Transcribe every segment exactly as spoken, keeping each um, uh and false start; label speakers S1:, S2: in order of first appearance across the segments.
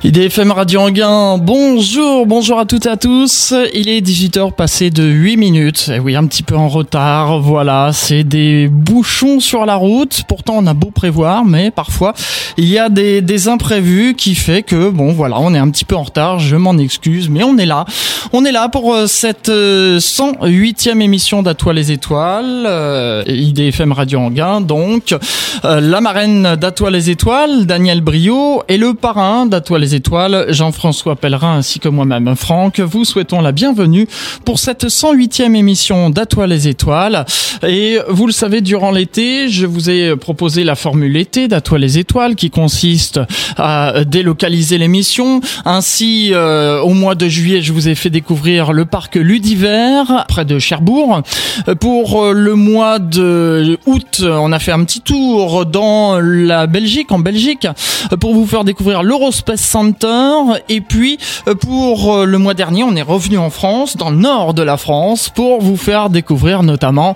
S1: I D F M Radio Anguin, bonjour, bonjour à toutes et à tous. Il est dix-huit heures passées de huit minutes. Et oui, un petit peu en retard, voilà, c'est des bouchons sur la route. Pourtant, on a beau prévoir, mais parfois, il y a des, des imprévus qui fait que, bon, voilà, on est un petit peu en retard, je m'en excuse, mais on est là. On est là pour cette cent huitième émission d'À toi les étoiles, euh, I D F M Radio Anguin, donc, euh, la marraine d'À toi les étoiles, Daniel Brio, et le parrain d'À toi les étoiles, Jean-François Pellerin, ainsi que moi-même, Franck, vous souhaitons la bienvenue pour cette cent huitième émission d'À toi les étoiles. Et vous le savez, durant l'été, je vous ai proposé la formule été d'À toi les étoiles, qui consiste à délocaliser l'émission. Ainsi, euh, au mois de juillet, je vous ai fait découvrir le parc Ludiver, près de Cherbourg. Pour le mois de août, on a fait un petit tour dans la Belgique, en Belgique, pour vous faire découvrir l'Eurospace Center. Et puis, pour le mois dernier, on est revenu en France, dans le nord de la France, pour vous faire découvrir notamment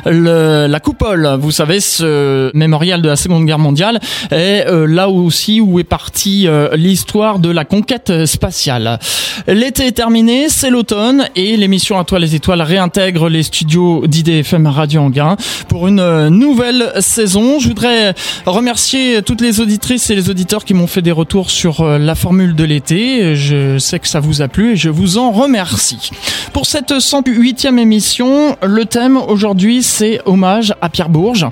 S1: le, la coupole. Vous savez, ce mémorial de la Seconde Guerre mondiale est euh, là aussi où est partie euh, l'histoire de la conquête spatiale. L'été est terminé, c'est l'automne, et l'émission À toi les étoiles réintègre les studios d'I D F M Radio Anguin pour une euh, nouvelle saison. Je voudrais remercier toutes les auditrices et les auditeurs qui m'ont fait des retours sur euh, la formule de l'été. Je sais que ça vous a plu et je vous en remercie. Pour cette cent huitième émission, le thème aujourd'hui, c'est hommage à Pierre Bourges,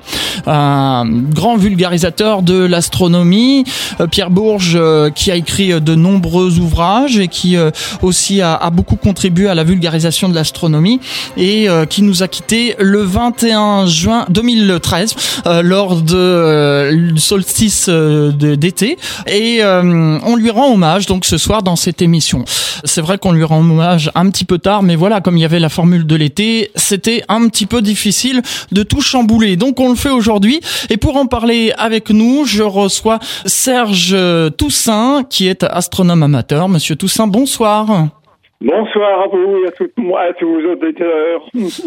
S1: un grand vulgarisateur de l'astronomie. Pierre Bourges euh, qui a écrit de nombreux ouvrages et qui euh, aussi a, a beaucoup contribué à la vulgarisation de l'astronomie et euh, qui nous a quittés le vingt et un juin deux mille treize euh, lors de euh, le solstice euh, de, d'été, et euh, on lui rend hommage donc ce soir dans cette émission. C'est vrai qu'on lui rend hommage un petit peu tard, mais voilà, comme il y avait la formule de l'été, c'était un petit peu difficile de tout chambouler. Donc on le fait aujourd'hui, et pour en parler avec nous, je reçois Serge Toussaint, qui est astronome amateur. Monsieur Toussaint, bonsoir.
S2: Bonsoir à vous et à, tout, à tous vos auditeurs.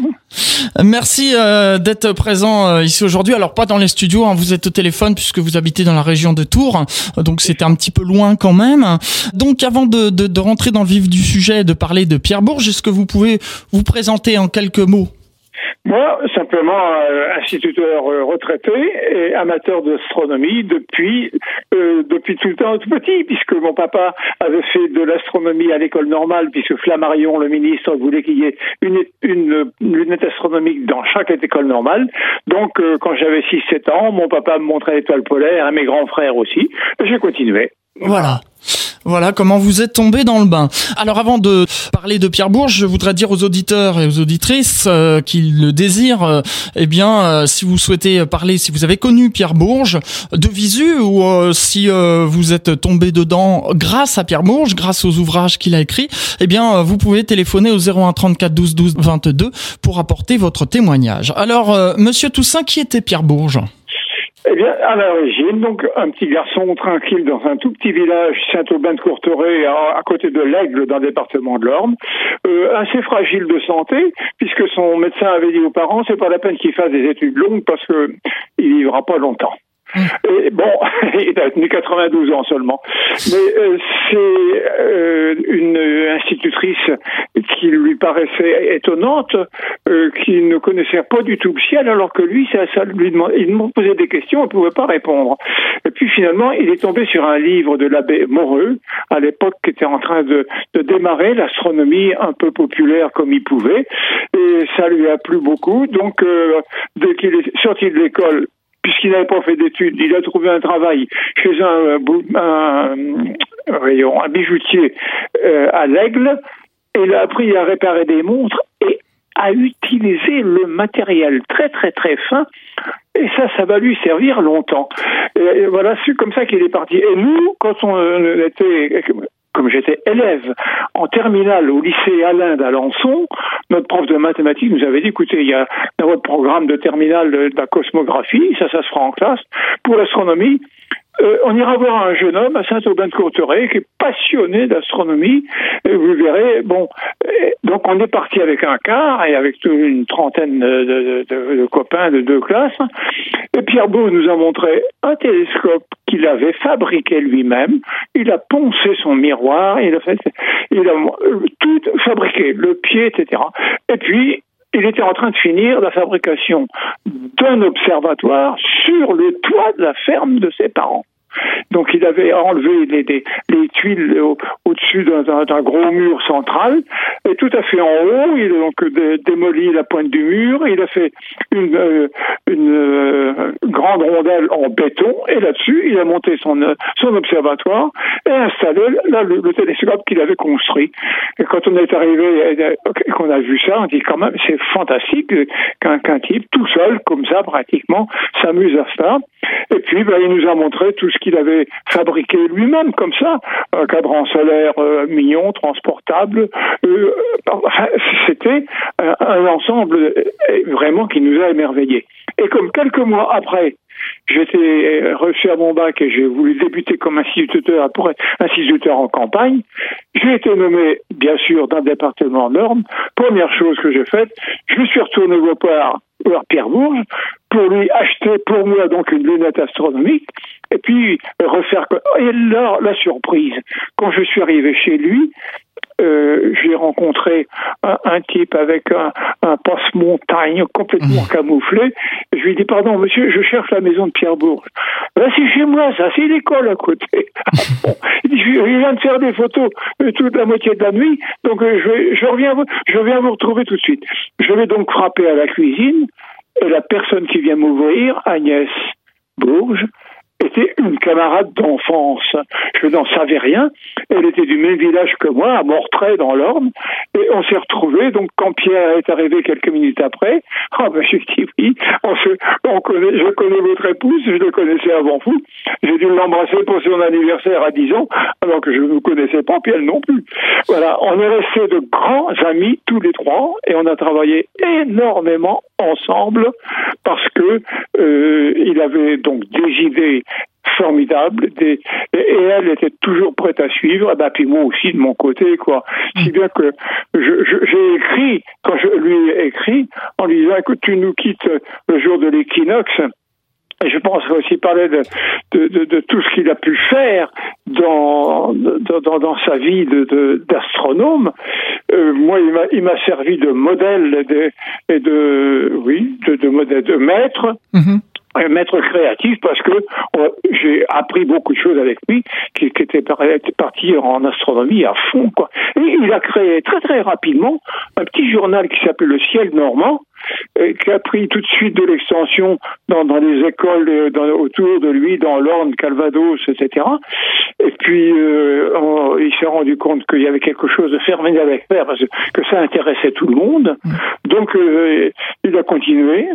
S1: Merci euh, d'être présent euh, ici aujourd'hui. Alors pas dans les studios, hein, vous êtes au téléphone puisque vous habitez dans la région de Tours, donc c'était un petit peu loin quand même. Donc avant de, de, de rentrer dans le vif du sujet, de parler de Pierre Bourges, est-ce que vous pouvez vous présenter en quelques mots ?
S2: Moi, simplement euh, instituteur euh, retraité et amateur d'astronomie depuis euh, depuis tout le temps tout petit, puisque mon papa avait fait de l'astronomie à l'école normale, puisque Flammarion, le ministre, voulait qu'il y ait une, une, une lunette astronomique dans chaque école normale. Donc, euh, quand j'avais six sept ans, mon papa me montrait l'étoile polaire, et mes grands frères aussi, et j'ai continué.
S1: Voilà. Voilà comment vous êtes tombé dans le bain. Alors avant de parler de Pierre Bourges, je voudrais dire aux auditeurs et aux auditrices euh, qui le désirent, euh, eh bien, euh, si vous souhaitez parler, si vous avez connu Pierre Bourges de visu, ou euh, si euh, vous êtes tombé dedans grâce à Pierre Bourges, grâce aux ouvrages qu'il a écrits, eh bien, euh, vous pouvez téléphoner au zéro un trente-quatre douze douze vingt-deux pour apporter votre témoignage. Alors, euh, Monsieur Toussaint, qui était Pierre Bourges ?
S2: Eh bien, à l'origine, donc, un petit garçon tranquille dans un tout petit village, Saint-Aubin-de-Courteret, à, à côté de l'Aigle, dans le département de l'Orne, euh, assez fragile de santé, puisque son médecin avait dit aux parents, c'est pas la peine qu'il fasse des études longues parce que il vivra pas longtemps. Et bon, il a tenu quatre-vingt-douze ans seulement. Mais euh, c'est euh, une institutrice qui lui paraissait étonnante, euh, qui ne connaissait pas du tout le ciel, alors que lui, ça, ça lui demandait, il me posait des questions, il ne pouvait pas répondre. Et puis finalement, il est tombé sur un livre de l'abbé Moreux, à l'époque, qui était en train de, de démarrer l'astronomie un peu populaire comme il pouvait, et ça lui a plu beaucoup. Donc, euh, dès qu'il est sorti de l'école, puisqu'il n'avait pas fait d'études, il a trouvé un travail chez un, un, un, un bijoutier euh, à l'Aigle, et il a appris à réparer des montres et à utiliser le matériel très très très fin, et ça, ça va lui servir longtemps. Et voilà, c'est comme ça qu'il est parti. Et nous, quand on était... Comme j'étais élève en terminale au lycée Alain d'Alençon, notre prof de mathématiques nous avait dit, écoutez, il y a dans votre programme de terminale de la cosmographie, ça, ça se fera en classe. Pour l'astronomie, Euh, on ira voir un jeune homme à Saint-Aubin-de-Courtray qui est passionné d'astronomie. Et vous verrez, bon, et donc on est parti avec un car et avec une trentaine de, de, de, de copains de deux classes. Et Pierre Bourges nous a montré un télescope qu'il avait fabriqué lui-même. Il a poncé son miroir, il a fait, il a tout fabriqué, le pied, et cetera. Et puis, il était en train de finir la fabrication d'un observatoire sur le toit de la ferme de ses parents. Donc il avait enlevé les, les, les tuiles au, au-dessus d'un, d'un, d'un gros mur central, et tout à fait en haut, il a donc dé, démoli la pointe du mur, il a fait une, euh, une euh, grande rondelle en béton, et là-dessus, il a monté son, euh, son observatoire et installé là, le, le télescope qu'il avait construit. Et quand on est arrivé et qu'on a vu ça, on dit quand même, c'est fantastique qu'un, qu'un type tout seul, comme ça, pratiquement, s'amuse à ça. Et puis, ben, il nous a montré tout ce qu'il avait fabriqué lui-même, comme ça, un cadran solaire euh, mignon, transportable. Euh, c'était un, un ensemble euh, vraiment qui nous a émerveillés. Et comme quelques mois après, j'étais reçu à mon bac et j'ai voulu débuter comme instituteur pour être instituteur en campagne, j'ai été nommé, bien sûr, dans le département Nord. Première chose que j'ai faite, je suis retourné au voir Pierre Bourges pour lui acheter pour moi donc une lunette astronomique et puis refaire. Et là, la surprise, quand je suis arrivé chez lui, Euh, j'ai rencontré un, un type avec un, un passe-montagne complètement mmh. camouflé. Et je lui ai dit, pardon, monsieur, je cherche la maison de Pierre Bourges. Ben, c'est chez moi, ça, c'est l'école à côté. Bon. Il dit, je viens de faire des photos euh, toute la moitié de la nuit, donc euh, je, vais, je, reviens, je viens vous retrouver tout de suite. Je vais donc frapper à la cuisine, et la personne qui vient m'ouvrir, Agnès Bourges, était une camarade d'enfance. Je n'en savais rien. Elle était du même village que moi, à Mortray, dans l'Orne. Et on s'est retrouvés. Donc, quand Pierre est arrivé quelques minutes après, ah ben, j'ai dit oui, on se, on connaît, je connais votre épouse, je le connaissais avant vous. J'ai dû l'embrasser pour son anniversaire à dix ans, alors que je ne vous connaissais pas, puis elle non plus. Voilà, on est restés de grands amis, tous les trois, et on a travaillé énormément ensemble, parce que euh, il avait donc des idées formidable, des, et, et elle était toujours prête à suivre, et ben, puis moi aussi de mon côté, quoi. Si bien que je, je, j'ai écrit, quand je lui ai écrit, en lui disant, écoute, tu nous quittes le jour de l'équinoxe, et je pense aussi parler de, de, de, de tout ce qu'il a pu faire dans, dans, dans sa vie de, de, d'astronome. Euh, moi, il m'a, il m'a servi de modèle de, et de, oui, de, de modèle, de maître. Mm-hmm. Un maître créatif, parce que euh, j'ai appris beaucoup de choses avec lui, qui, qui était parti en astronomie à fond, quoi. Et il a créé très très rapidement un petit journal qui s'appelle Le Ciel Normand, et qui a pris tout de suite de l'extension dans, dans les écoles dans, autour de lui, dans l'Orne, Calvados, et cetera. Et puis euh, on, il s'est rendu compte qu'il y avait quelque chose de formidable à faire, parce que, que ça intéressait tout le monde. Donc euh, il a continué.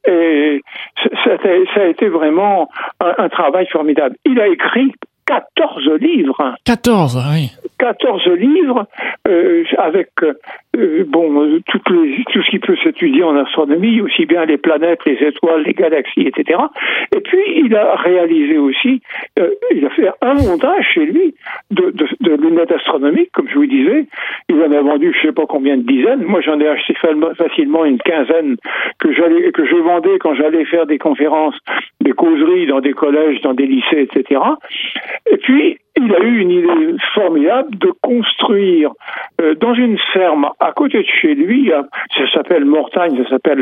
S2: Et ça a, ça a été vraiment un, un travail formidable. Il a écrit quatorze livres.
S1: quatorze, oui.
S2: quatorze livres euh, avec euh, bon toutes les, tout ce qui peut s'étudier en astronomie, aussi bien les planètes, les étoiles, les galaxies, et cetera. Et puis il a réalisé aussi, euh, il a fait un montage chez lui de, de, de lunettes astronomiques, comme je vous disais. Il en a vendu je sais pas combien de dizaines. Moi j'en ai acheté facilement une quinzaine que j'allais que je vendais quand j'allais faire des conférences, des causeries dans des collèges, dans des lycées, et cetera. Et puis il a eu une idée formidable de construire euh, dans une ferme à côté de chez lui, ça s'appelle Mortagne, ça s'appelle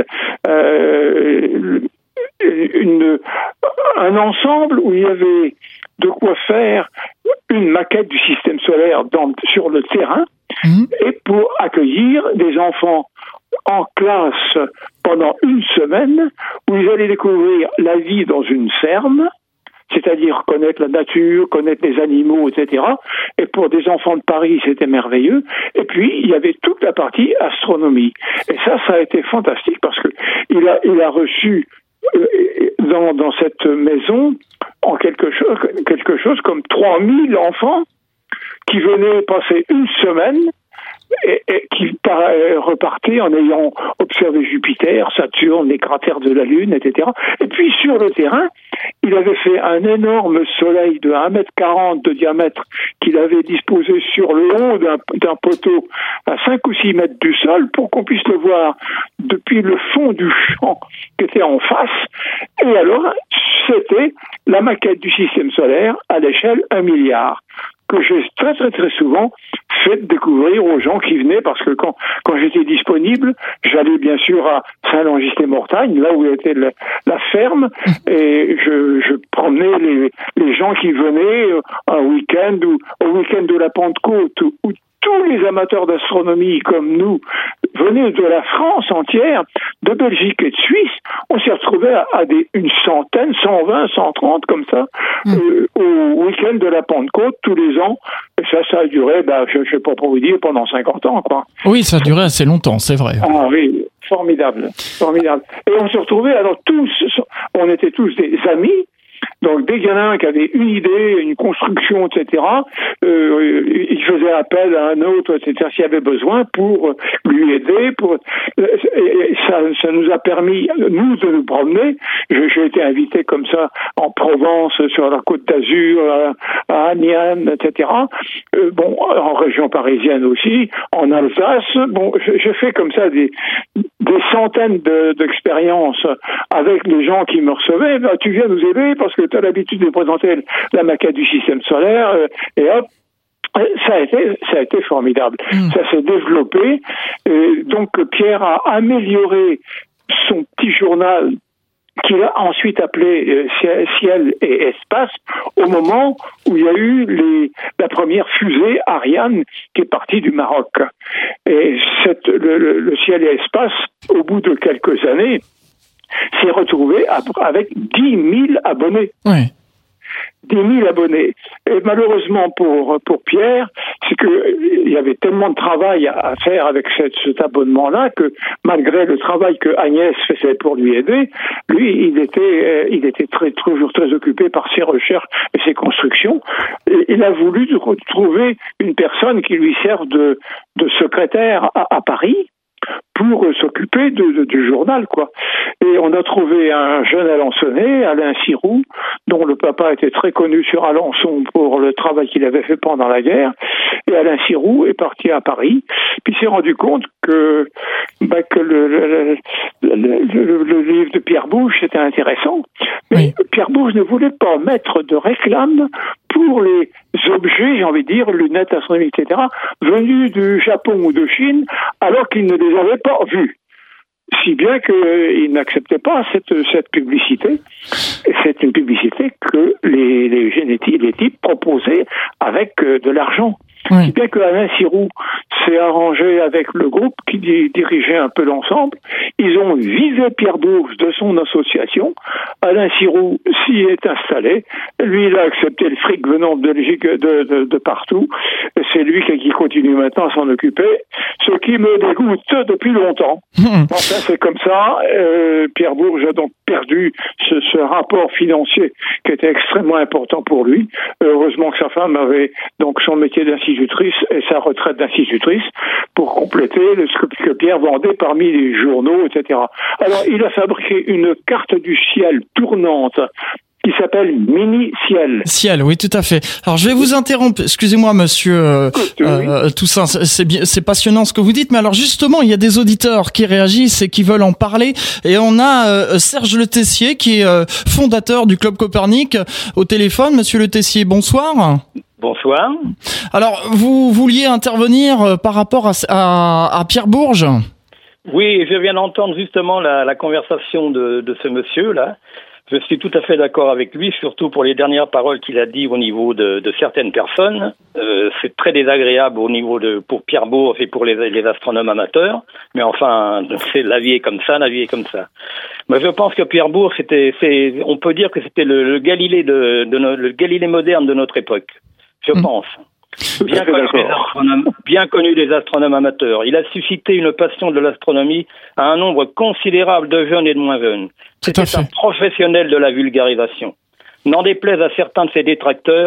S2: euh, une, un ensemble où il y avait de quoi faire une maquette du système solaire dans, sur le terrain, mmh. et pour accueillir des enfants en classe pendant une semaine, où ils allaient découvrir la vie dans une ferme, c'est-à-dire connaître la nature, connaître les animaux, et cetera. Et pour des enfants de Paris, c'était merveilleux. Et puis, il y avait toute la partie astronomie. Et ça, ça a été fantastique parce que il a, il a reçu euh, dans, dans cette maison en quelque chose, quelque chose comme trois mille enfants qui venaient passer une semaine et, et qui par, repartait en ayant observé Jupiter, Saturne, les cratères de la Lune, et cetera. Et puis sur le terrain, il avait fait un énorme soleil de un mètre quarante de diamètre qu'il avait disposé sur le haut d'un, d'un poteau à cinq ou six mètres du sol pour qu'on puisse le voir depuis le fond du champ qui était en face. Et alors, c'était la maquette du système solaire à l'échelle un milliard, que j'ai très très très souvent fait découvrir aux gens qui venaient, parce que quand quand j'étais disponible, j'allais bien sûr à Saint-Langis-les-Mortagnes, là où était le, la ferme, et je, je promenais les, les gens qui venaient un week-end ou au week-end de la Pentecôte, où, où tous les amateurs d'astronomie comme nous venaient de la France entière, de Belgique et de Suisse. On s'est retrouvés à, à des, une centaine, cent vingt, cent trente comme ça, mmh. euh, au week-end de la Pentecôte tous les ans. Et ça, ça a duré, bah, je ne sais pas pour vous dire, pendant cinquante ans, quoi.
S1: Oui, ça a duré assez longtemps, c'est vrai.
S2: Ah oui, formidable, formidable. Et on se retrouvait, alors tous, on était tous des amis. Donc des gamins qui avaient une idée, une construction, et cetera, euh, ils faisaient appel à un autre, et cetera, s'il y avait besoin pour lui aider. Pour et ça, ça nous a permis, nous, de nous promener. J'ai été invité comme ça en Provence, sur la Côte d'Azur, à, à Aniane, et cetera. Euh, bon, en région parisienne aussi, en Alsace. Bon, j'ai fait comme ça des, des centaines de, d'expériences avec les gens qui me recevaient. Ben, tu viens nous aider parce que tu as l'habitude de présenter la maquette du système solaire, euh, et hop, ça a été, ça a été formidable. Mmh. Ça s'est développé. Et donc Pierre a amélioré son petit journal qu'il a ensuite appelé euh, Ciel et Espace, au moment où il y a eu les, la première fusée Ariane qui est partie du Maroc. Et cette, le, le, le Ciel et Espace, au bout de quelques années, s'est retrouvé avec dix mille abonnés.
S1: Oui.
S2: dix mille abonnés. Et malheureusement pour pour Pierre, c'est que il y avait tellement de travail à faire avec cette, cet abonnement-là que malgré le travail que Agnès faisait pour lui aider, lui il était il était très toujours très occupé par ses recherches et ses constructions. Et il a voulu retrouver une personne qui lui serve de de secrétaire à, à Paris, pour s'occuper de, de, du journal, quoi. Et on a trouvé un jeune Alençonnais, Alain Siroux, dont le papa était très connu sur Alençon pour le travail qu'il avait fait pendant la guerre. Et Alain Siroux est parti à Paris, puis s'est rendu compte que, bah, que le, le, le, le, le livre de Pierre Bouche était intéressant. Mais oui. Pierre Bouche ne voulait pas mettre de réclame pour les objets, j'ai envie de dire, lunettes astronomiques, et cetera, venus du Japon ou de Chine, alors qu'il ne les avait pas vus. Si bien qu'il n'acceptait pas cette, cette publicité. C'est une publicité que les, les, généti- les types proposaient avec de l'argent. Oui. Si bien que Alain Siroux s'est arrangé avec le groupe qui dirigeait un peu l'ensemble. Ils ont visé Pierre Bouche de son association. Alain Siroux s'y est installé. Lui, il a accepté le fric venant de Belgique, de, de, de partout. Et c'est lui qui continue maintenant à s'en occuper. Ce qui me dégoûte depuis longtemps. Mmh. Enfin, c'est comme ça. Euh, Pierre Bourges a donc perdu ce, ce rapport financier qui était extrêmement important pour lui. Heureusement que sa femme avait donc son métier d'institutrice et sa retraite d'institutrice pour compléter ce que Pierre vendait parmi les journaux, et cetera. Alors, il a fabriqué une carte du ciel tournante qui s'appelle Mini Ciel.
S1: Ciel, oui, tout à fait. Alors, je vais vous interrompre. Excusez-moi, monsieur euh, oui. euh, Toussaint, c'est bien, c'est passionnant ce que vous dites, mais alors justement, il y a des auditeurs qui réagissent et qui veulent en parler. Et on a euh, Serge Le Tessier, qui est euh, fondateur du Club Copernic, au téléphone. Monsieur Le Tessier, bonsoir.
S3: Bonsoir.
S1: Alors, vous vouliez intervenir euh, par rapport à, à, à Pierre Bourges ?
S3: Oui, je viens d'entendre justement la, la conversation de, de ce monsieur-là. Je suis tout à fait d'accord avec lui, surtout pour les dernières paroles qu'il a dit au niveau de, de certaines personnes. Euh, c'est très désagréable au niveau de pour Pierre Bourges et pour les, les astronomes amateurs. Mais enfin, c'est, la vie est comme ça, la vie est comme ça. Mais je pense que Pierre Bourges, c'était, c'est, on peut dire que c'était le, le Galilée de, de no, le Galilée moderne de notre époque. Je mmh. pense. Bien connu, des astronomes, bien connu des astronomes amateurs. Il a suscité une passion de l'astronomie à un nombre considérable de jeunes et de moins jeunes. C'était un professionnel de la vulgarisation. N'en déplaise à certains de ses détracteurs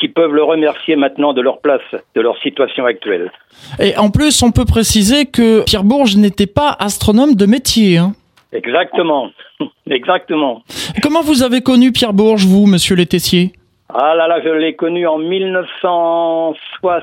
S3: qui peuvent le remercier maintenant de leur place, de leur situation actuelle.
S1: Et en plus, on peut préciser que Pierre Bourges n'était pas astronome de métier. Hein.
S3: Exactement, exactement.
S1: Et comment vous avez connu Pierre Bourges, vous, monsieur Le Tessier ?
S3: Ah là là, je l'ai connu en mille neuf cent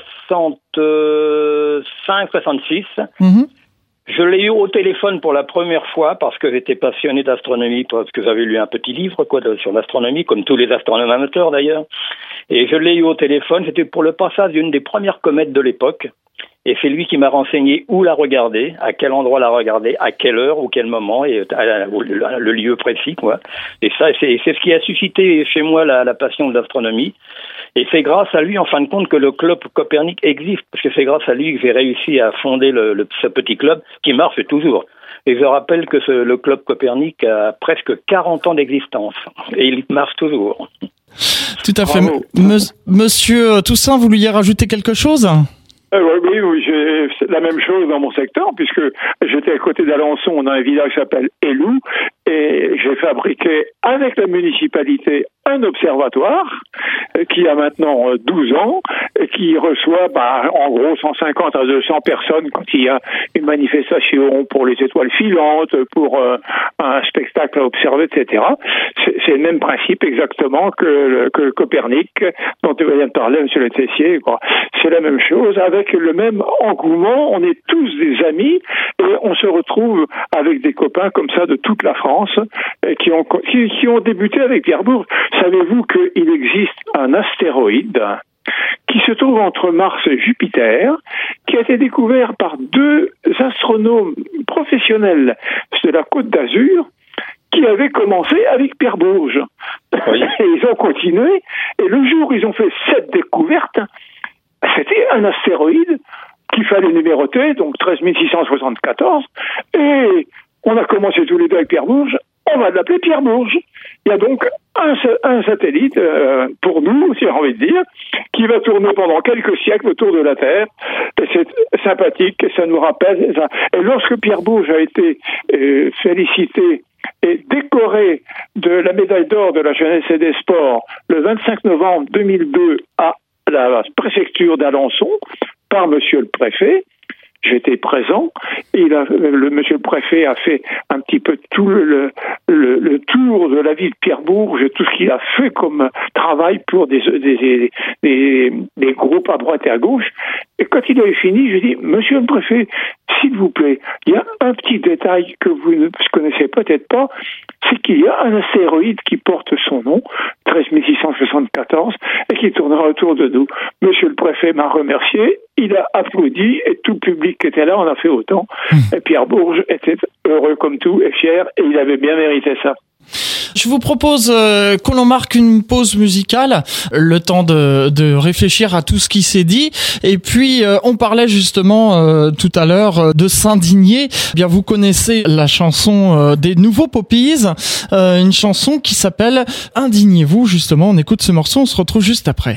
S3: soixante-cinq soixante-six. Mmh. Je l'ai eu au téléphone pour la première fois parce que j'étais passionné d'astronomie, parce que j'avais lu un petit livre quoi, sur l'astronomie, comme tous les astronomes amateurs d'ailleurs. Et je l'ai eu au téléphone, c'était pour le passage d'une des premières comètes de l'époque. Et c'est lui qui m'a renseigné où la regarder, à quel endroit la regarder, à quelle heure ou quel moment, et à la, le lieu précis, quoi. Et ça, c'est, c'est ce qui a suscité chez moi la, la passion de l'astronomie. Et c'est grâce à lui, en fin de compte, que le club Copernic existe, parce que c'est grâce à lui que j'ai réussi à fonder le, le, ce petit club qui marche toujours. Et je rappelle que ce, le club Copernic a presque quarante ans d'existence, et il marche toujours.
S1: Tout à fait. M- Monsieur Toussaint, vous vouliez rajouter quelque chose ?
S2: Euh, oui, oui, j'ai c'est la même chose dans mon secteur, puisque j'étais à côté d'Alençon, dans un village qui s'appelle Élou, et j'ai fabriqué avec la municipalité un observatoire qui a maintenant douze ans et qui reçoit bah, en gros cent cinquante à deux cents personnes quand il y a une manifestation pour les étoiles filantes, pour euh, un spectacle à observer, et cetera. C'est, c'est le même principe exactement que, que Copernic dont tu viens de parler, monsieur Le Tessier. Quoi. C'est la même chose avec le même engouement. On est tous des amis et on se retrouve avec des copains comme ça de toute la France qui ont, qui, qui ont débuté avec Pierre Bourges. Savez-vous qu'il existe un astéroïde qui se trouve entre Mars et Jupiter, qui a été découvert par deux astronomes professionnels de la Côte d'Azur, qui avaient commencé avec Pierre Bourges. Oui. Et ils ont continué, et le jour où ils ont fait cette découverte, c'était un astéroïde qu'il fallait numéroter, donc treize mille six cent soixante-quatorze, et on a commencé tous les deux avec Pierre Bourges, on va l'appeler Pierre Bourges. Il y a donc un, un satellite, euh, pour nous, si j'ai envie de dire, qui va tourner pendant quelques siècles autour de la Terre. Et c'est sympathique, et ça nous rappelle ça. Et lorsque Pierre Bourges a été euh, félicité et décoré de la médaille d'or de la jeunesse et des sports le vingt-cinq novembre deux mille deux à la préfecture d'Alençon par monsieur le préfet, j'étais présent, et il a, le monsieur le préfet a fait un petit peu tout le, le, le tour de la vie de Pierre Bourges, tout ce qu'il a fait comme travail pour des, des, des, des groupes à droite et à gauche. Et quand il avait fini, je dis, monsieur le préfet, s'il vous plaît, il y a un petit détail que vous ne connaissez peut-être pas, c'est qu'il y a un astéroïde qui porte son nom, treize mille six cent soixante-quatorze, et qui tournera autour de nous. Monsieur le préfet m'a remercié, il a applaudi, et tout le public qui était là en a fait autant. Mmh. Et Pierre Bourges était heureux comme tout, et fier, et il avait bien mérité ça.
S1: Je vous propose euh, que l'on marque une pause musicale, le temps de, de réfléchir à tout ce qui s'est dit. Et puis, euh, on parlait justement euh, tout à l'heure euh, de s'indigner. Eh bien, vous connaissez la chanson euh, des Nouveaux Poppies, euh, une chanson qui s'appelle « Indignez-vous ». Justement, on écoute ce morceau, on se retrouve juste après.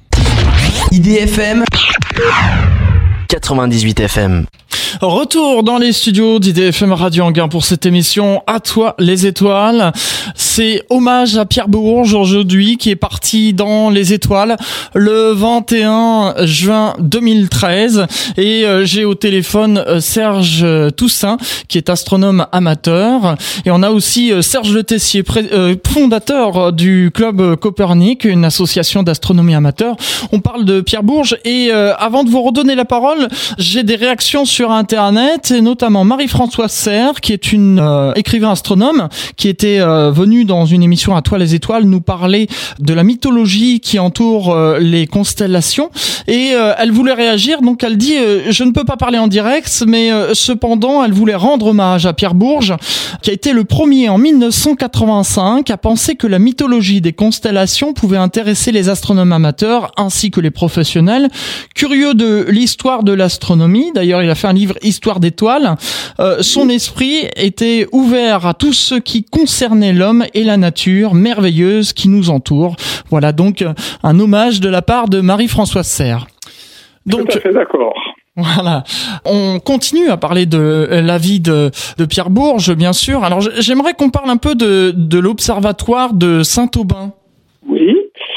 S4: I D F M quatre-vingt-dix-huit F M.
S1: Retour dans les studios d'I D F M Radio Anguin pour cette émission À toi les étoiles. C'est hommage à Pierre Bourges aujourd'hui qui est parti dans les étoiles le vingt et un juin deux mille treize et euh, j'ai au téléphone euh, Serge Toussaint qui est astronome amateur et on a aussi euh, Serge Le Tessier, pré- euh, fondateur du club Copernic, une association d'astronomie amateur. On parle de Pierre Bourges et euh, avant de vous redonner la parole, j'ai des réactions sur Internet, et notamment Marie-Françoise Serre, qui est une euh, écrivain astronome, qui était euh, venue dans une émission À toi les étoiles nous parler de la mythologie qui entoure euh, les constellations, et euh, elle voulait réagir, donc elle dit euh, je ne peux pas parler en direct, mais euh, cependant elle voulait rendre hommage à Pierre Bourges, qui a été le premier en mille neuf cent quatre-vingt-cinq à penser que la mythologie des constellations pouvait intéresser les astronomes amateurs ainsi que les professionnels. Curieux de l'histoire de l'astronomie, d'ailleurs il a fait un livre Histoire d'étoiles, euh, son esprit était ouvert à tout ce qui concernait l'homme et la nature merveilleuse qui nous entoure. Voilà donc un hommage de la part de Marie-Françoise Serre.
S2: Donc, tout à fait d'accord.
S1: Voilà. On continue à parler de la vie de, de Pierre Bourges, bien sûr. Alors j'aimerais qu'on parle un peu de, de l'observatoire de Saint-Aubin.
S2: Oui.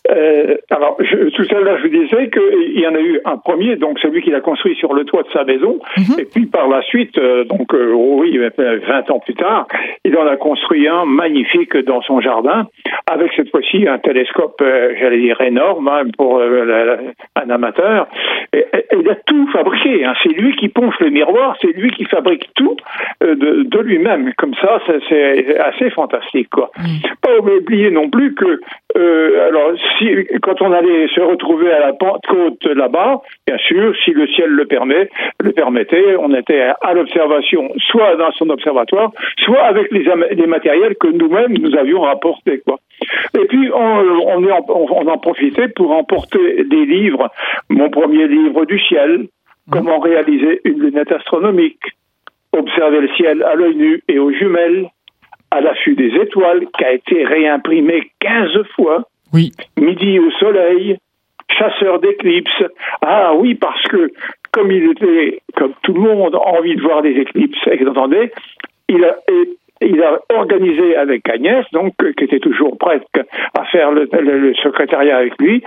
S2: Euh, alors, je, tout à l'heure, je vous disais qu'il y en a eu un premier, donc celui qu'il a construit sur le toit de sa maison, mm-hmm. et puis par la suite, euh, donc euh, oui, vingt ans plus tard, il en a construit un magnifique dans son jardin, avec cette fois-ci un télescope, euh, j'allais dire énorme, hein, pour euh, la, la, un amateur. Et, et, il a tout fabriqué, hein. C'est lui qui ponce le miroir, c'est lui qui fabrique tout euh, de, de lui-même. Comme ça, c'est, c'est assez fantastique, quoi. Mm. Pas oublier non plus que, euh, alors, si, quand on allait se retrouver à la Pentecôte là-bas, bien sûr, si le ciel le permet, le permettait, on était à l'observation, soit dans son observatoire, soit avec les, les matériels que nous-mêmes nous avions rapportés, quoi. Et puis on, on, est en, on en profitait pour emporter des livres. Mon premier livre du ciel, comment réaliser une lunette astronomique, observer le ciel à l'œil nu et aux jumelles, à l'affût des étoiles, qui a été réimprimé quinze fois.
S1: Oui.
S2: Midi au soleil, chasseur d'éclipses. Ah oui, parce que comme il était, comme tout le monde, envie de voir des éclipses, vous entendez, il a, il a organisé avec Agnès, donc, qui était toujours prête à faire le, le, le secrétariat avec lui.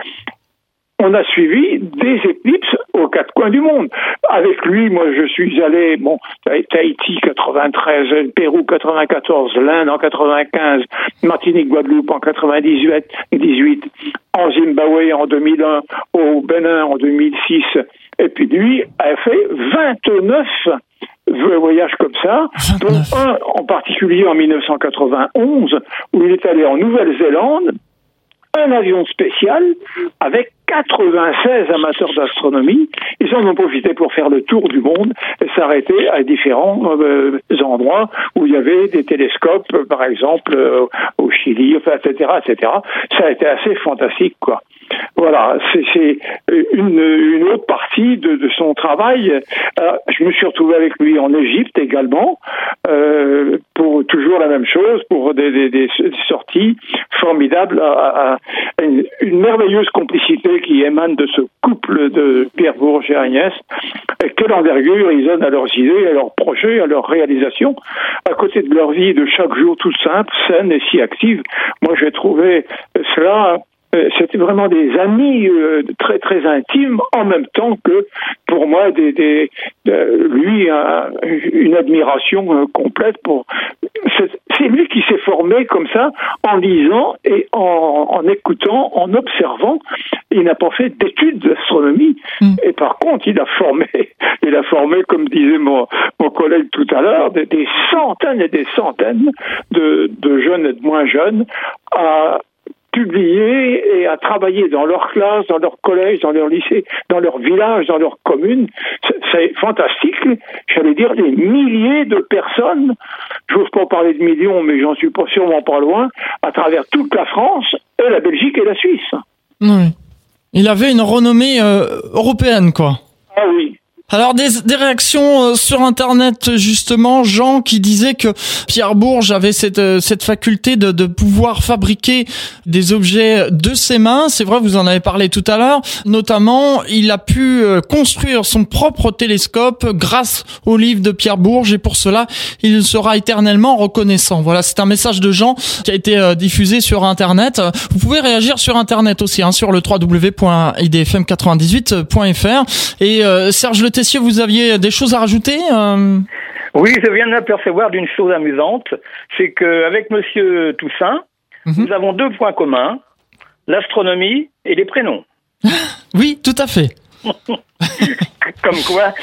S2: On a suivi des éclipses aux quatre coins du monde. Avec lui, moi, je suis allé, bon, Tahiti quatre-vingt-treize, Pérou quatre-vingt-quatorze, l'Inde en quatre-vingt-quinze, Martinique, Guadeloupe en quatre-vingt-dix-huit, en Zimbabwe en deux mille un, au Bénin en deux mille six. Et puis lui a fait vingt-neuf voyages comme ça, dont un en particulier en dix-neuf cent quatre-vingt-onze, où il est allé en Nouvelle-Zélande, un avion spécial avec quatre-vingt-seize amateurs d'astronomie. Ils en ont profité pour faire le tour du monde et s'arrêter à différents euh, endroits où il y avait des télescopes, par exemple euh, au Chili, enfin, et cetera, et cetera. Ça a été assez fantastique, quoi. Voilà, c'est, c'est une, une autre partie de, de son travail. Euh, je me suis retrouvé avec lui en Égypte également, euh, pour toujours la même chose, pour des, des, des sorties formidables, à, à une, une merveilleuse complicité qui émane de ce couple de Pierre Bourges et Agnès. Et quelle envergure ils donnent à leurs idées, à leurs projets, à leurs réalisations, à côté de leur vie de chaque jour toute simple, saine et si active. Moi, j'ai trouvé cela... C'était vraiment des amis euh, très très intimes, en même temps que pour moi des, des euh, lui un, une admiration euh, complète pour. C'est, c'est lui qui s'est formé comme ça en lisant et en, en écoutant, en observant. Il n'a pas fait d'études d'astronomie, mmh. et par contre il a formé, il a formé, comme disait mon mon collègue tout à l'heure, des, des centaines et des centaines de de jeunes et de moins jeunes à publier et à travailler dans leur classe, dans leur collège, dans leur lycée, dans leur village, dans leur commune. C'est, c'est fantastique. J'allais dire des milliers de personnes, j'ose pas parler de millions, mais j'en suis pas sûrement pas loin, à travers toute la France, et la Belgique et la Suisse.
S1: Oui. Il avait une renommée euh, européenne, quoi.
S2: Ah oui.
S1: Alors des, des réactions sur Internet, justement, Jean qui disait que Pierre Bourges avait cette, cette faculté de, de pouvoir fabriquer des objets de ses mains. C'est vrai, vous en avez parlé tout à l'heure. Notamment, il a pu construire son propre télescope grâce au livre de Pierre Bourges, et pour cela, il sera éternellement reconnaissant. Voilà, c'est un message de Jean qui a été diffusé sur Internet. Vous pouvez réagir sur Internet aussi, hein, sur le w w w point i d f m quatre-vingt-dix-huit point f r. Et euh, Serge Le Tessier, vous aviez des choses à rajouter euh...
S3: Oui, je viens de m'apercevoir d'une chose amusante, c'est qu'avec Monsieur Toussaint, mm-hmm. nous avons deux points communs, l'astronomie et les prénoms.
S1: Oui, tout à fait.
S3: Comme quoi.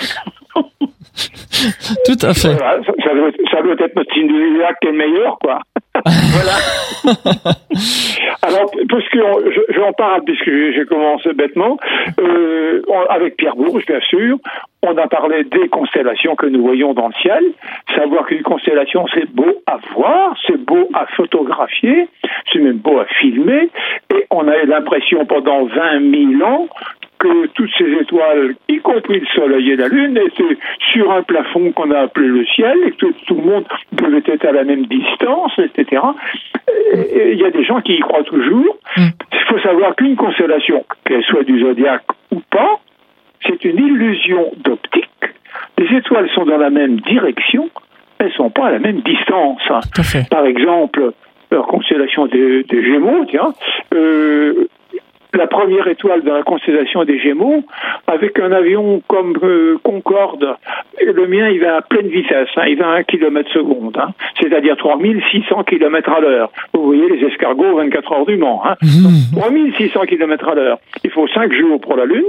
S1: Tout à fait.
S2: Voilà, ça, ça, doit, ça doit être notre signe de zodiaque qui est le meilleur, quoi. Voilà. Alors, puisque je, j'en parle, puisque j'ai, j'ai commencé bêtement, euh, on, avec Pierre Bourges, bien sûr, on a parlé des constellations que nous voyons dans le ciel. Savoir qu'une constellation, c'est beau à voir, c'est beau à photographier, c'est même beau à filmer, et on a eu l'impression pendant vingt mille ans que toutes ces étoiles, y compris le soleil et la lune, étaient sur un plafond qu'on a appelé le ciel, et que tout, tout le monde devait être à la même distance, et cetera. Il y a des gens qui y croient toujours. Il faut savoir qu'une constellation, qu'elle soit du zodiaque ou pas, c'est une illusion d'optique. Les étoiles sont dans la même direction, elles ne sont pas à la même distance. Par exemple, leur constellation des, des Gémeaux, tiens, euh, la première étoile dans la constellation des Gémeaux, avec un avion comme euh, Concorde. Et le mien, il va à pleine vitesse, hein, il va à un kilomètre seconde, hein, c'est-à-dire trois mille six cents kilomètres à l'heure. Vous voyez les escargots vingt-quatre heures du Mans. Hein. Mmh. trois mille six cents kilomètres à l'heure. Il faut cinq jours pour la Lune,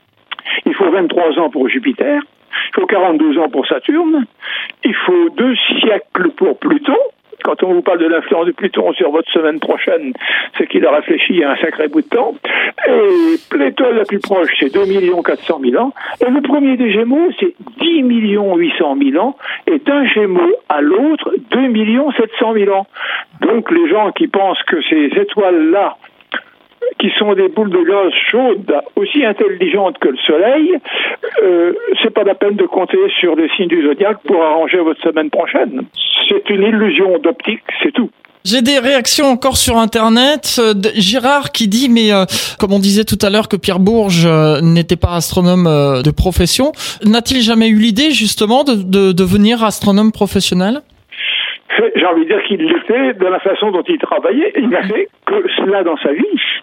S2: il faut vingt-trois ans pour Jupiter, il faut quarante-deux ans pour Saturne, il faut deux siècles pour Pluton. Quand on vous parle de l'influence de Pluton sur votre semaine prochaine, c'est qu'il a réfléchi à un sacré bout de temps. Et l'étoile la plus proche, c'est deux millions quatre cent mille ans. Et le premier des Gémeaux, c'est dix millions huit cent mille ans. Et d'un Gémeaux à l'autre, deux millions sept cent mille ans. Donc les gens qui pensent que ces étoiles-là, qui sont des boules de gaz chaudes, aussi intelligentes que le Soleil, euh, c'est pas la peine de compter sur les signes du zodiaque pour arranger votre semaine prochaine. C'est une illusion d'optique, c'est tout.
S1: J'ai des réactions encore sur Internet. Euh, Gérard qui dit, mais euh, comme on disait tout à l'heure que Pierre Bourges euh, n'était pas astronome euh, de profession, n'a-t-il jamais eu l'idée justement de, de devenir astronome professionnel ?
S2: J'ai envie de dire qu'il l'était de la façon dont il travaillait. Il n'a fait que cela dans sa vie.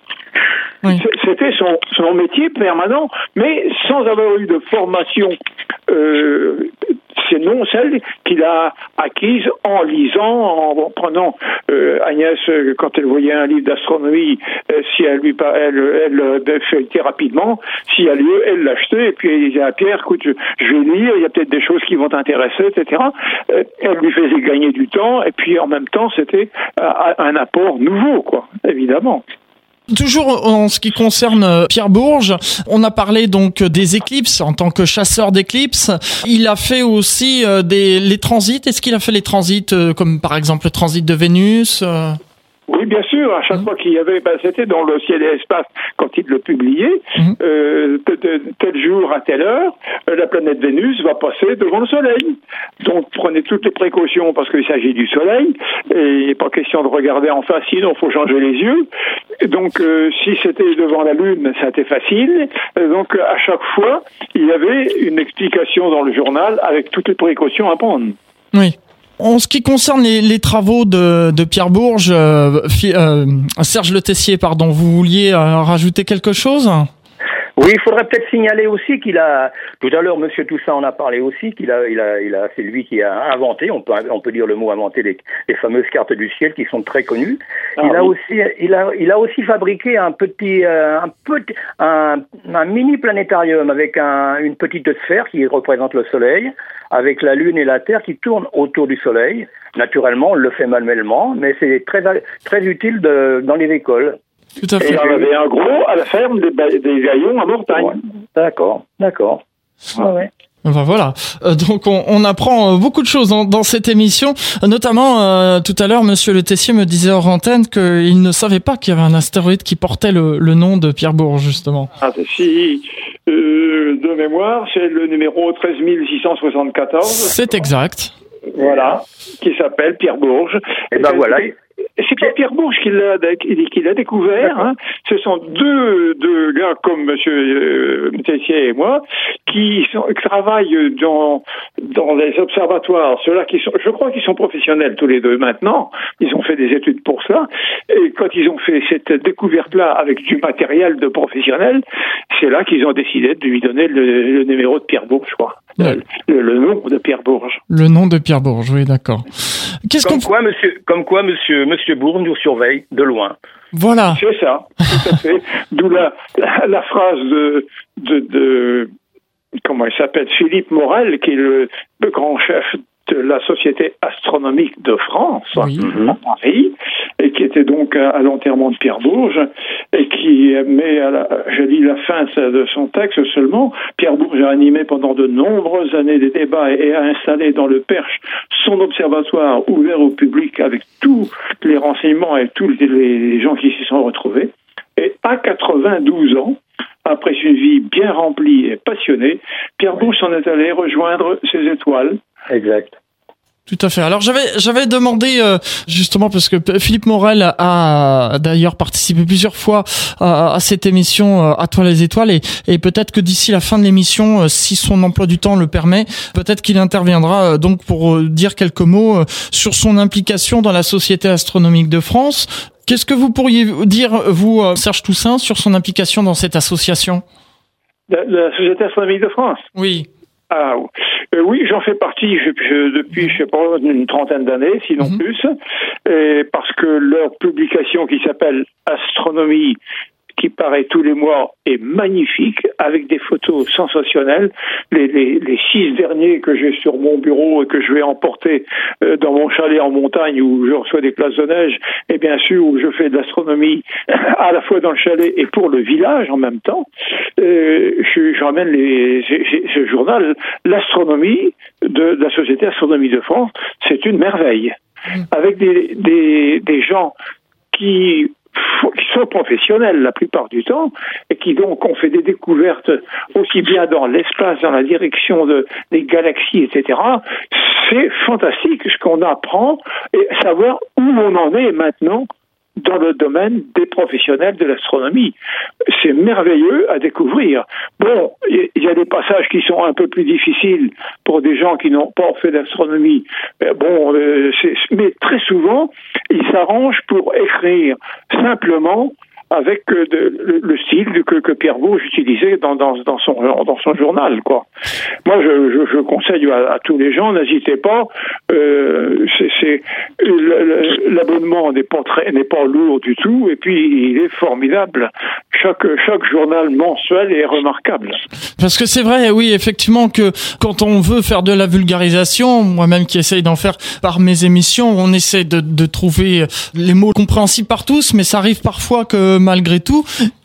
S2: Oui. C'était son, son métier permanent, mais sans avoir eu de formation, euh, c'est non celle qu'il a acquise en lisant, en prenant euh, Agnès, quand elle voyait un livre d'astronomie, euh, si elle lui elle, elle, elle feuilletait rapidement, s'il y a lieu, elle l'achetait, et puis elle disait à Pierre, écoute, je, je vais lire, il y a peut-être des choses qui vont t'intéresser, et cetera. Euh, elle lui faisait gagner du temps, et puis en même temps, c'était euh, un apport nouveau, quoi, évidemment.
S1: Toujours en ce qui concerne Pierre Bourges, on a parlé donc des éclipses en tant que chasseur d'éclipses. Il a fait aussi euh, des les transits. Est-ce qu'il a fait les transits euh, comme par exemple le transit de Vénus euh...
S2: Oui, bien sûr. À chaque mmh. fois qu'il y avait, ben, c'était dans le ciel et l'espace quand il le publiait. Mmh. Euh, de, de, tel jour à telle heure, euh, la planète Vénus va passer devant le Soleil. Donc prenez toutes les précautions parce qu'il s'agit du Soleil et il n'est pas question de regarder en face, sinon il faut changer les yeux. Et donc euh, si c'était devant la Lune, ça a été facile. Et donc à chaque fois, il y avait une explication dans le journal avec toutes les précautions à prendre.
S1: Oui. En ce qui concerne les, les travaux de, de Pierre Bourges, euh, euh, Serge Le Tessier, pardon, vous vouliez euh, rajouter quelque chose ?
S3: Oui, il faudrait peut-être signaler aussi qu'il a, tout à l'heure, Monsieur Toussaint en a parlé aussi, qu'il a, il a, il a, c'est lui qui a inventé, on peut, on peut dire le mot inventé, les, les fameuses cartes du ciel qui sont très connues. Ah, il oui. a aussi, il a, il a aussi fabriqué un petit, euh, un petit, un, un mini planétarium avec un, une petite sphère qui représente le Soleil, avec la Lune et la Terre qui tournent autour du Soleil. Naturellement, on le fait manuellement, mais c'est très, très utile de, dans les écoles.
S1: Tout à fait.
S2: Et il y en avait un gros à la ferme des, des Gaillons à Mortagne.
S3: Ouais. D'accord, d'accord.
S1: Ah ouais. Ben voilà. Euh, donc on, on apprend beaucoup de choses dans, dans cette émission. Notamment, euh, tout à l'heure, Monsieur Le Tessier me disait hors antenne qu'il ne savait pas qu'il y avait un astéroïde qui portait le, le nom de Pierre Bourges, justement.
S2: Ah, si, euh, de mémoire, c'est le numéro treize mille six cent soixante-quatorze.
S1: C'est exact.
S2: Voilà, qui s'appelle Pierre Bourges.
S3: Et ben voilà.
S2: C'est pas Pierre Bourges qui l'a, qui l'a découvert. Hein. Ce sont deux, deux gars comme Monsieur euh, Tessier et moi qui, sont, qui travaillent dans dans les observatoires. Ceux-là qui sont, je crois qu'ils sont professionnels tous les deux maintenant. Ils ont fait des études pour ça. Et quand ils ont fait cette découverte-là avec du matériel de professionnels, c'est là qu'ils ont décidé de lui donner le, le numéro de Pierre Bourges, je crois. Ouais. Le, le nom de Pierre Bourges.
S1: Le nom de Pierre Bourges, oui, d'accord.
S3: Qu'est-ce comme qu'on... quoi, monsieur, comme quoi, monsieur, monsieur Bourges nous surveille de loin.
S1: Voilà.
S2: C'est ça, tout à fait. D'où la, la, la phrase de, de, de, comment il s'appelle, Philippe Morel, qui est le, le grand chef de la Société astronomique de France, oui. à Paris, et qui était donc à, à l'enterrement de Pierre Bourges, et qui met à la, je lis la fin de son texte seulement, Pierre Bourges a animé pendant de nombreuses années des débats et, et a installé dans le Perche son observatoire ouvert au public avec tous les renseignements et tous les, les gens qui s'y sont retrouvés. Et à quatre-vingt-douze ans, après une vie bien remplie et passionnée, Pierre Bourges s'en est allé rejoindre ses étoiles.
S3: Exact.
S1: Tout à fait. Alors j'avais j'avais demandé euh, justement parce que Philippe Morel a d'ailleurs participé plusieurs fois à, à cette émission euh, À toi les étoiles et, et peut-être que d'ici la fin de l'émission, euh, si son emploi du temps le permet, peut-être qu'il interviendra euh, donc pour euh, dire quelques mots euh, sur son implication dans la Société astronomique de France. Qu'est-ce que vous pourriez dire, vous, Serge Toussaint, sur son implication dans cette association ?
S2: La, la Société astronomique de France ?
S1: Oui.
S2: Ah euh, oui, j'en fais partie je, je, depuis, je sais pas, une trentaine d'années, sinon mmh. plus, et parce que leur publication qui s'appelle Astronomie, qui paraît tous les mois, est magnifique, avec des photos sensationnelles. Les, les, les six derniers que j'ai sur mon bureau et que je vais emporter euh, dans mon chalet en montagne où je reçois des places de neige, et bien sûr où je fais de l'astronomie à la fois dans le chalet et pour le village en même temps. Euh, je, j'emmène les, j'ai, j'ai, ce journal, l'astronomie de, de la Société astronomique de France, c'est une merveille. Avec des, des, des gens qui qui sont professionnels la plupart du temps et qui donc ont fait des découvertes aussi bien dans l'espace, dans la direction de, des galaxies, et cetera. C'est fantastique ce qu'on apprend et savoir où on en est maintenant dans le domaine des professionnels de l'astronomie. C'est merveilleux à découvrir. Bon, il y a des passages qui sont un peu plus difficiles pour des gens qui n'ont pas fait d'astronomie. Mais bon, euh, c'est, mais très souvent, ils s'arrangent pour écrire simplement avec euh, de, le, le style que, que Pierre Bourges utilisait dans, dans, dans, son, dans son journal, quoi. Moi, je, je, je conseille à, à tous les gens, n'hésitez pas. Euh, c'est, c'est, l'abonnement n'est pas très, n'est pas lourd du tout, et puis il est formidable. Chaque, chaque journal mensuel est remarquable.
S1: Parce que c'est vrai, oui, effectivement, que quand on veut faire de la vulgarisation, moi-même qui essaye d'en faire par mes émissions, on essaie de, de trouver les mots compréhensibles par tous, mais ça arrive parfois que malgré tout,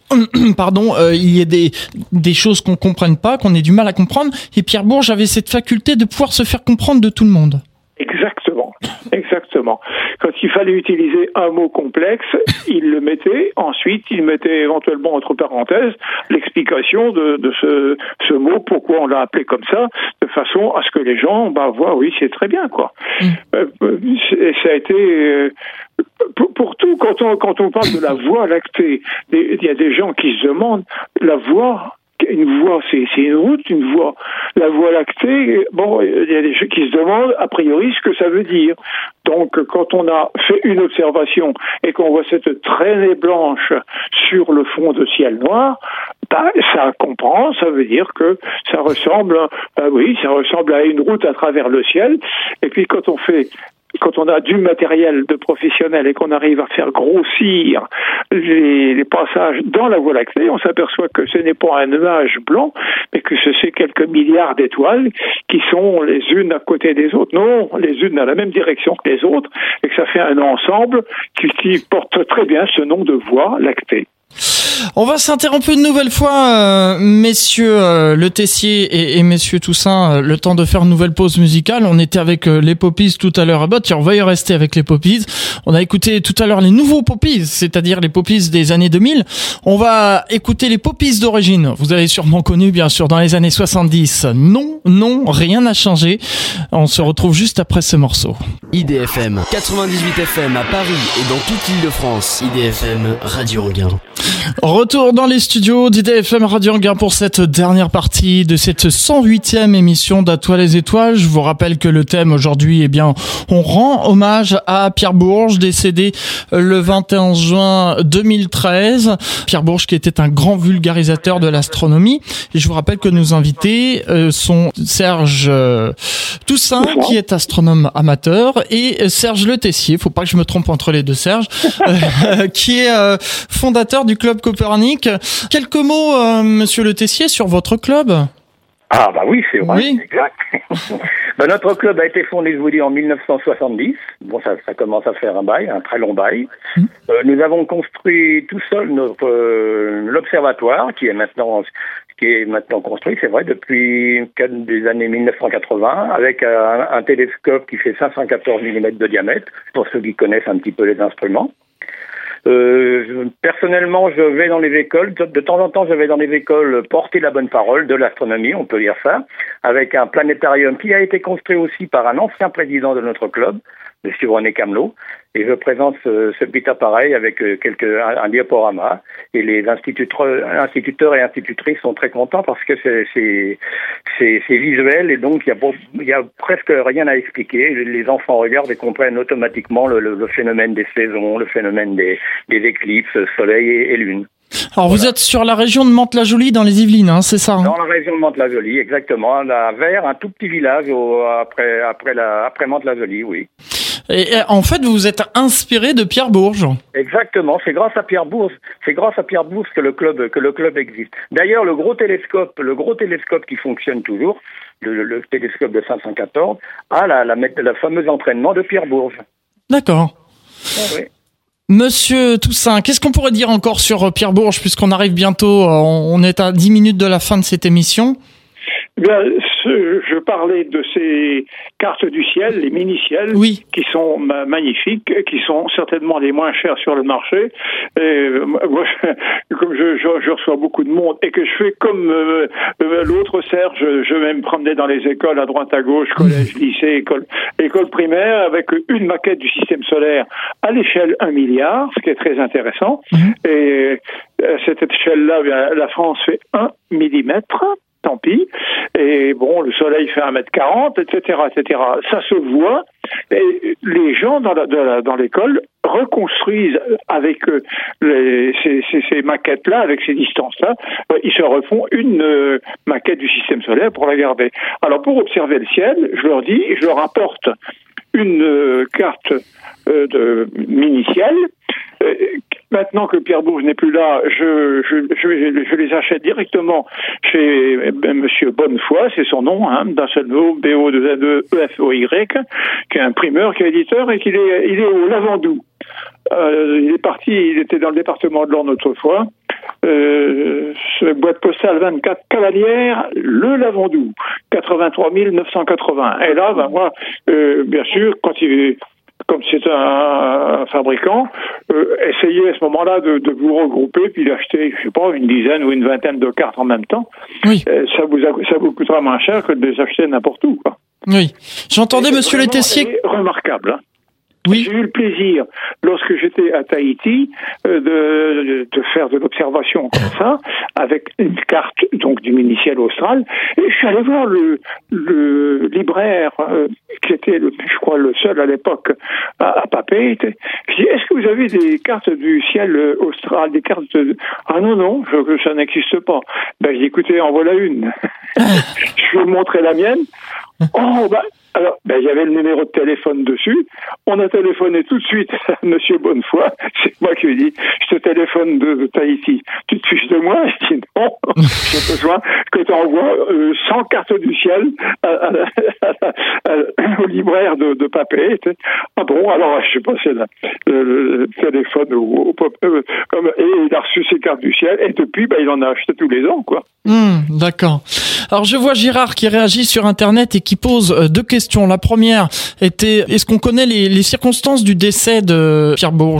S1: pardon, euh, il y a des des choses qu'on comprenne pas, qu'on ait du mal à comprendre. Et Pierre Bourges avait cette faculté de pouvoir se faire comprendre de tout le monde.
S2: Exactement, exactement. Quand il fallait utiliser un mot complexe, il le mettait. Ensuite, il mettait éventuellement entre parenthèses l'explication de, de ce, ce mot, pourquoi on l'a appelé comme ça, de façon à ce que les gens bah, voient, oui, c'est très bien, quoi. Mmh. Euh, c'est, ça a été... Euh, Pour, pour tout, quand on, quand on parle de la Voie lactée, il y a des gens qui se demandent, la Voie, une voie, c'est, c'est une route, une voie. La Voie lactée, bon, il y a des gens qui se demandent, a priori, ce que ça veut dire. Donc, quand on a fait une observation et qu'on voit cette traînée blanche sur le fond de ciel noir, bah, ça comprend, ça veut dire que ça ressemble, bah oui, ça ressemble à une route à travers le ciel. Et puis, quand on fait Quand on a du matériel de professionnel et qu'on arrive à faire grossir les, les passages dans la Voie lactée, on s'aperçoit que ce n'est pas un nuage blanc, mais que ce c'est quelques milliards d'étoiles qui sont les unes à côté des autres. Non, les unes dans la même direction que les autres, et que ça fait un ensemble qui, qui porte très bien ce nom de Voie lactée.
S1: On va s'interrompre une nouvelle fois, euh, messieurs euh, Le Tessier et, et messieurs Toussaint, euh, le temps de faire une nouvelle pause musicale. On était avec euh, les Poppies tout à l'heure à Botte, on va y rester avec les Poppies. On a écouté tout à l'heure les nouveaux Poppies, c'est-à-dire les Poppies des années deux mille. On va écouter les Poppies d'origine. Vous avez sûrement connu, bien sûr, dans les années soixante-dix. Non, non, rien n'a changé. On se retrouve juste après ce morceau.
S4: I D F M, quatre-vingt-dix-huit F M à Paris et dans toute l'Île-de-France. I D F M, Radio Anguin.
S1: Retour dans les studios d'I D F M Radio Anguin pour cette dernière partie de cette cent huitième émission d'À toi les étoiles. Je vous rappelle que le thème aujourd'hui, eh bien, on rend hommage à Pierre Bourges, décédé le vingt et un juin deux mille treize. Pierre Bourges qui était un grand vulgarisateur de l'astronomie. Et je vous rappelle que nos invités euh, sont Serge euh, Toussaint, qui est astronome amateur, et Serge Le Tessier, faut pas que je me trompe entre les deux Serge, euh, qui est euh, fondateur du Club Copernic. Quelques mots, euh, monsieur Le Tessier, sur votre club?
S3: Ah bah oui, c'est vrai,
S1: oui.
S3: Exact. bah, notre club a été fondé, je vous dis, en mille neuf cent soixante-dix. Bon, ça, ça commence à faire un bail, un très long bail. Mmh. Euh, nous avons construit tout seul notre euh, l'observatoire, qui est maintenant qui est maintenant construit, c'est vrai, depuis des années mille neuf cent quatre-vingts, avec un, un télescope qui fait cinq cent quatorze millimètres de diamètre, pour ceux qui connaissent un petit peu les instruments. Euh, je, personnellement, je vais dans les écoles. De, de temps en temps, je vais dans les écoles porter la bonne parole de l'astronomie, on peut dire ça, avec un planétarium qui a été construit aussi par un ancien président de notre club, M. René Camelot, et je présente ce, ce petit appareil avec euh, quelques un, un diaporama, et les instituteurs, instituteurs et institutrices sont très contents parce que c'est c'est c'est, c'est visuel, et donc il y a bon, il y a presque rien à expliquer. Les enfants regardent et comprennent automatiquement le, le, le phénomène des saisons, le phénomène des, des éclipses, soleil et, et lune.
S1: Alors voilà. Vous êtes sur la région de Mantes-la-Jolie dans les Yvelines, hein, c'est ça hein?
S3: Dans la région de Mantes-la-Jolie, exactement, à Vers, un tout petit village au, après après la après Mantes-la-Jolie, oui.
S1: Et, et en fait, vous vous êtes inspiré de Pierre Bourges.
S3: Exactement, c'est grâce à Pierre Bourges, c'est grâce à Pierre Bourges que le club que le club existe. D'ailleurs, le gros télescope, le gros télescope qui fonctionne toujours, le, le télescope de cinq cent quatorze, a la la, la, la fameuse entraînement de Pierre Bourges.
S1: D'accord.
S3: Ah, oui.
S1: Monsieur Toussaint, qu'est-ce qu'on pourrait dire encore sur Pierre Bourges, puisqu'on arrive bientôt, on est à dix minutes de la fin de cette émission?
S2: Bien, ce, je parlais de ces cartes du ciel, les mini-ciels,
S1: oui.
S2: qui sont ma- magnifiques, qui sont certainement les moins chères sur le marché. Et, moi, je, comme je, je, je reçois beaucoup de monde et que je fais comme euh, euh, l'autre Serge, je, je vais me promener dans les écoles à droite à gauche, collège, lycée, école, école primaire, avec une maquette du système solaire à l'échelle un milliard, ce qui est très intéressant. Mmh. Et à cette échelle-là, bien, la France fait un millimètre. Tant pis. Et bon, le soleil fait un mètre quarante, et cetera, et cetera. Ça se voit. Et les gens dans, la, dans, la, dans l'école reconstruisent avec euh, les, ces, ces, ces maquettes-là, avec ces distances-là, euh, ils se refont une euh, maquette du système solaire pour la garder. Alors, pour observer le ciel, je leur dis, je leur apporte une euh, carte euh, de mini-ciel. Euh, Maintenant que Pierre Bourges n'est plus là, je, je, je, je les achète directement chez Monsieur Bonnefoy, c'est son nom, hein, d'un seul mot, B O deux E F O Y, qui est imprimeur, qui est éditeur, et qu'il est, il est au Lavandou. Euh, il est parti, il était dans le département de l'Orne autrefois. Euh, boîte postale vingt-quatre Cavalière, le Lavandou, quatre-vingt-trois mille neuf cent quatre-vingts. Et là, ben moi, euh, bien sûr, quand il comme c'est un, un fabricant, euh, essayez à ce moment-là de, de vous regrouper puis d'acheter, je sais pas, une dizaine ou une vingtaine de cartes en même temps.
S1: Oui.
S2: Euh, ça vous a, ça vous coûtera moins cher que de les acheter n'importe où, quoi.
S1: Oui. J'entendais Monsieur Le Tessier.
S2: Remarquable, hein.
S1: Oui.
S2: J'ai eu le plaisir, lorsque j'étais à Tahiti, euh, de, de faire de l'observation comme ça, avec une carte donc du mini-ciel austral, et je suis allé voir le, le libraire, euh, qui était, le, je crois, le seul à l'époque à, à Papeete. Je dis, est-ce que vous avez des cartes du ciel austral, des cartes de... Ah non, non, je, ça n'existe pas. Ben, j'ai dit, écoutez, en voilà une. Je vais vous montrer la mienne. Oh, ben... Alors, ben, il y avait le numéro de téléphone dessus. On a téléphoné tout de suite à Monsieur Bonnefoy. C'est moi qui lui ai dit, je te téléphone de, de Tahiti. Tu te fiches de moi? Je dis non. J'ai besoin que tu envoies euh, cent cartes du ciel à, à, à, à, au libraire de, de Papeete. Ah bon, alors je sais pas, c'est le, le, le téléphone au, au, euh, et il a reçu ses cartes du ciel. Et depuis, ben, il en a acheté tous les ans, quoi.
S1: Mmh, d'accord. Alors je vois Gérard qui réagit sur Internet et qui pose euh, deux questions. La première était, est-ce qu'on connaît les, les circonstances du décès de Pierre Bourges ?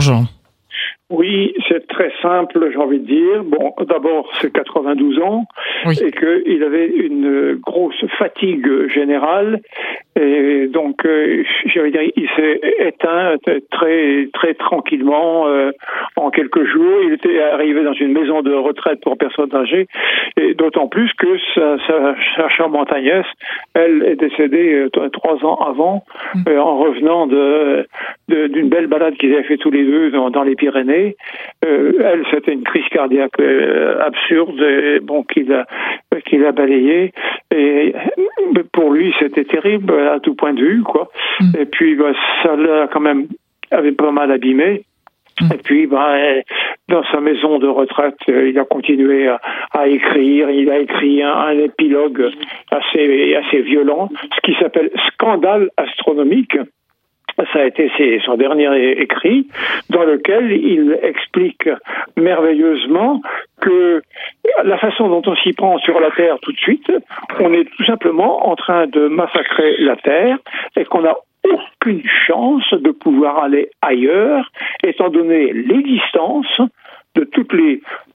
S2: Oui, c'est très simple, j'ai envie de dire. Bon, d'abord, c'est quatre-vingt-douze ans, oui. Et qu'il avait une grosse fatigue générale. Et donc, euh, j'allais dire, il s'est éteint très très tranquillement euh, en quelques jours. Il était arrivé dans une maison de retraite pour personnes âgées, et d'autant plus que sa, sa, sa charmante Agnès, elle est décédée euh, trois ans avant, mmh. euh, en revenant de, de d'une belle balade qu'ils avaient fait tous les deux dans, dans les Pyrénées. Euh, elle, c'était une crise cardiaque euh, absurde, et, bon, qu'il a qu'il a balayé. Et pour lui, c'était terrible à tout point de vue, quoi. Mmh. Et puis, bah, ça l'a quand même avait pas mal abîmé. Mmh. Et puis, bah, dans sa maison de retraite, il a continué à, à écrire. Il a écrit un, un épilogue assez assez violent, ce qui s'appelle Scandale astronomique. Ça a été son dernier écrit, dans lequel il explique merveilleusement que la façon dont on s'y prend sur la Terre tout de suite, on est tout simplement en train de massacrer la Terre et qu'on n'a aucune chance de pouvoir aller ailleurs, étant donné l'existence de toutes les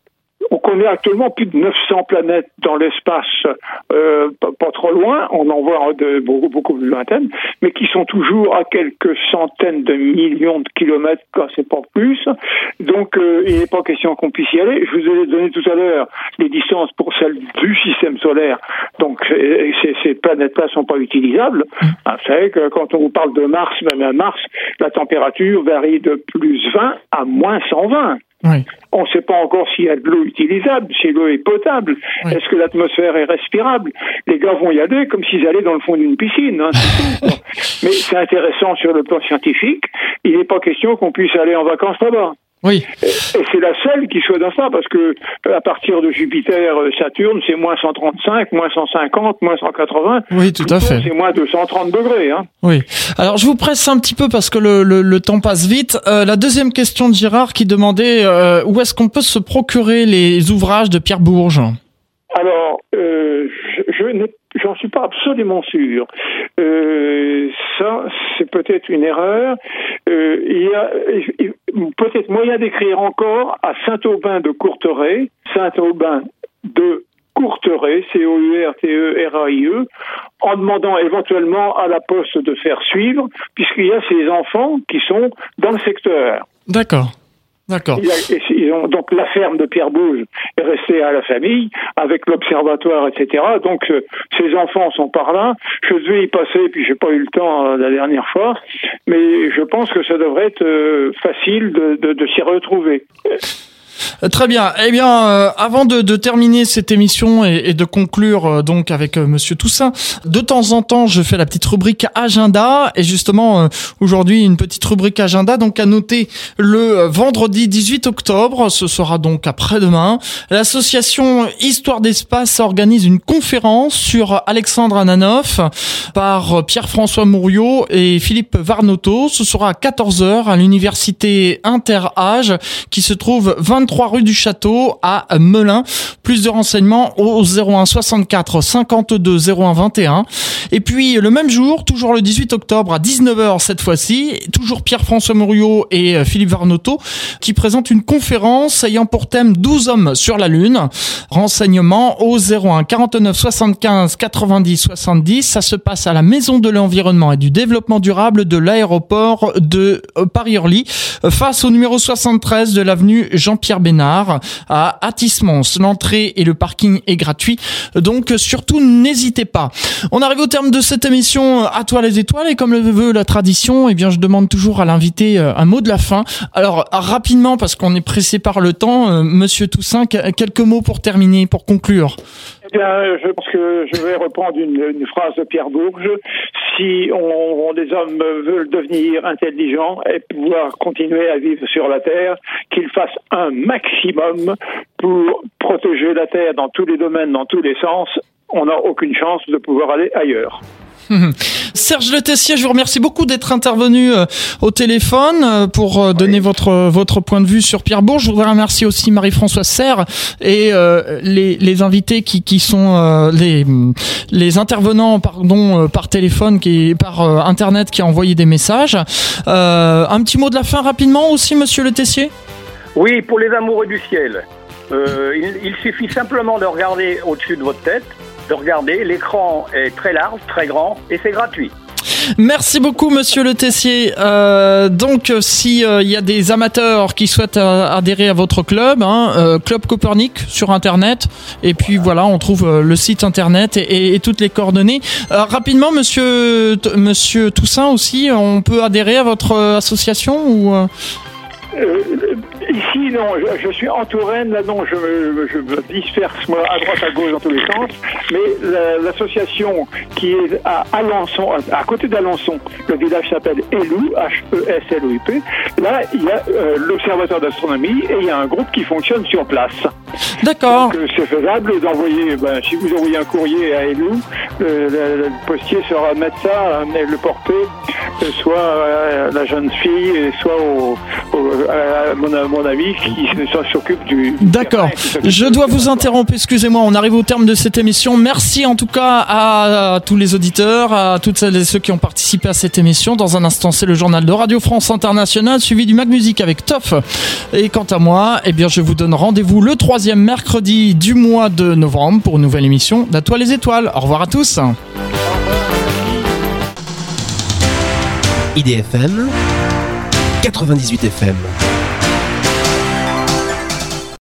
S2: On connaît actuellement plus de neuf cents planètes dans l'espace, euh, pas, pas trop loin, on en voit de beaucoup, beaucoup plus lointaines, mais qui sont toujours à quelques centaines de millions de kilomètres, quand c'est pas plus. Donc, euh, il n'est pas question qu'on puisse y aller. Je vous ai donné tout à l'heure les distances pour celles du système solaire. Donc, ces, ces planètes-là sont pas utilisables. Vous savez que quand on vous parle de Mars, même à Mars, la température varie de plus vingt à moins cent vingt. Oui. On ne sait pas encore s'il y a de l'eau utilisable, si l'eau est potable, oui. Est-ce que l'atmosphère est respirable. Les gars vont y aller comme s'ils allaient dans le fond d'une piscine. Hein, c'est tout. Mais c'est intéressant sur le plan scientifique. Il n'est pas question qu'on puisse aller en vacances là-bas.
S1: Oui.
S2: Et, et c'est la seule qui soit dans ça, parce que à partir de Jupiter, Saturne, c'est moins cent trente-cinq, moins cent cinquante, moins cent quatre-vingts.
S1: Oui, tout à fait.
S2: C'est moins deux cent trente degrés. Hein.
S1: Oui. Alors, je vous presse un petit peu parce que le, le, le temps passe vite. Euh, la deuxième question de Gérard qui demandait euh, où est-ce qu'on peut se procurer les ouvrages de Pierre Bourges ?
S2: Alors, euh, je, je n'ai J'en suis pas absolument sûr. Euh, ça, c'est peut-être une erreur. Euh, il y a il, peut-être moyen d'écrire encore à Saint-Aubin de Courtrai, Saint-Aubin de Courtrai, C O U R T E R A I E, en demandant éventuellement à la Poste de faire suivre, puisqu'il y a ces enfants qui sont dans le secteur.
S1: D'accord. D'accord.
S2: Il a, ils ont, donc la ferme de Pierre Bourges est restée à la famille avec l'observatoire, et cetera. Donc euh, ces enfants sont par là. Je devais y passer, puis j'ai pas eu le temps euh, la dernière fois, mais je pense que ça devrait être euh, facile de, de, de s'y retrouver.
S1: Très bien. Eh bien, euh, avant de, de terminer cette émission et, et de conclure euh, donc avec euh, Monsieur Toussaint, de temps en temps, je fais la petite rubrique agenda et justement euh, aujourd'hui une petite rubrique agenda donc à noter le vendredi dix-huit octobre. Ce sera donc après-demain. L'association Histoire d'Espace organise une conférence sur Alexandre Ananoff par Pierre-François Mouriot et Philippe Varnoto. Ce sera à quatorze heures à l'université Interage qui se trouve vingt-trois rue du Château à Melun. Plus de renseignements au zéro un soixante-quatre cinquante-deux zéro un vingt et un. Et puis le même jour, toujours le dix-huit octobre à dix-neuf heures cette fois-ci, toujours Pierre-François Mouriot et Philippe Varnoto qui présentent une conférence ayant pour thème douze hommes sur la Lune. Renseignements au zéro un quarante-neuf soixante-quinze quatre-vingt-dix soixante-dix. Ça se passe à la Maison de l'Environnement et du Développement Durable de l'aéroport de Paris-Orly, face au numéro soixante-treize de l'avenue Jean-Pierre Bénard à Athis-Mons. L'entrée et le parking est gratuit, donc surtout n'hésitez pas. On arrive au terme de cette émission À toi les étoiles et comme le veut la tradition, eh bien je demande toujours à l'invité un mot de la fin. Alors rapidement parce qu'on est pressé par le temps, euh, Monsieur Toussaint, quelques mots pour terminer, pour conclure.
S2: Eh bien, je pense que je vais reprendre une, une phrase de Pierre Bourges. Si on, on, les hommes veulent devenir intelligents et pouvoir continuer à vivre sur la Terre, qu'ils fassent un maximum pour protéger la Terre dans tous les domaines, dans tous les sens. On n'a aucune chance de pouvoir aller ailleurs.
S1: Serge Le Tessier, je vous remercie beaucoup d'être intervenu euh, au téléphone euh, pour euh, donner oui. votre votre point de vue sur Pierre Bourges. Je voudrais remercier aussi Marie-Françoise Serre et euh, les les invités qui qui sont euh, les les intervenants pardon euh, par téléphone qui par euh, internet qui a envoyé des messages. Euh, un petit mot de la fin rapidement aussi, Monsieur Le Tessier.
S3: Oui, pour les amoureux du ciel, euh, il, il suffit simplement de regarder au-dessus de votre tête. De regarder, l'écran est très large, très grand et c'est gratuit.
S1: Merci beaucoup Monsieur Le Tessier. Euh, donc si il euh, y a des amateurs qui souhaitent euh, adhérer à votre club, hein, euh, Club Copernic sur internet, et puis voilà, on trouve euh, le site internet et, et, et toutes les coordonnées. Euh, rapidement, Monsieur t- Monsieur Toussaint aussi, on peut adhérer à votre euh, association ou euh...
S2: Euh, ici, non, je, je suis en Touraine, là, non, je, je me disperse, moi, à droite, à gauche, dans tous les sens, mais la, l'association qui est à Alençon, à, à côté d'Alençon, le village s'appelle Elou, H E S L O U P, là, il y a euh, l'observatoire d'astronomie et il y a un groupe qui fonctionne sur place.
S1: D'accord.
S2: Donc, euh, c'est faisable d'envoyer, ben, si vous envoyez un courrier à Elou, euh, le, le postier saura mettre ça, le porter, euh, soit à la jeune fille, soit au, au à mon, à mon avis, Marie qui s'occupe du...
S1: D'accord. Je dois vous interrompre, excusez-moi, on arrive au terme de cette émission. Merci en tout cas à, à tous les auditeurs, à toutes celles et ceux qui ont participé à cette émission. Dans un instant, c'est le journal de Radio France Internationale, suivi du Mag Musique avec Toff. Et quant à moi, eh bien, je vous donne rendez-vous le troisième mercredi du mois de novembre pour une nouvelle émission d'À toi les étoiles. Au revoir à tous.
S5: I D F M quatre-vingt-dix-huit F M.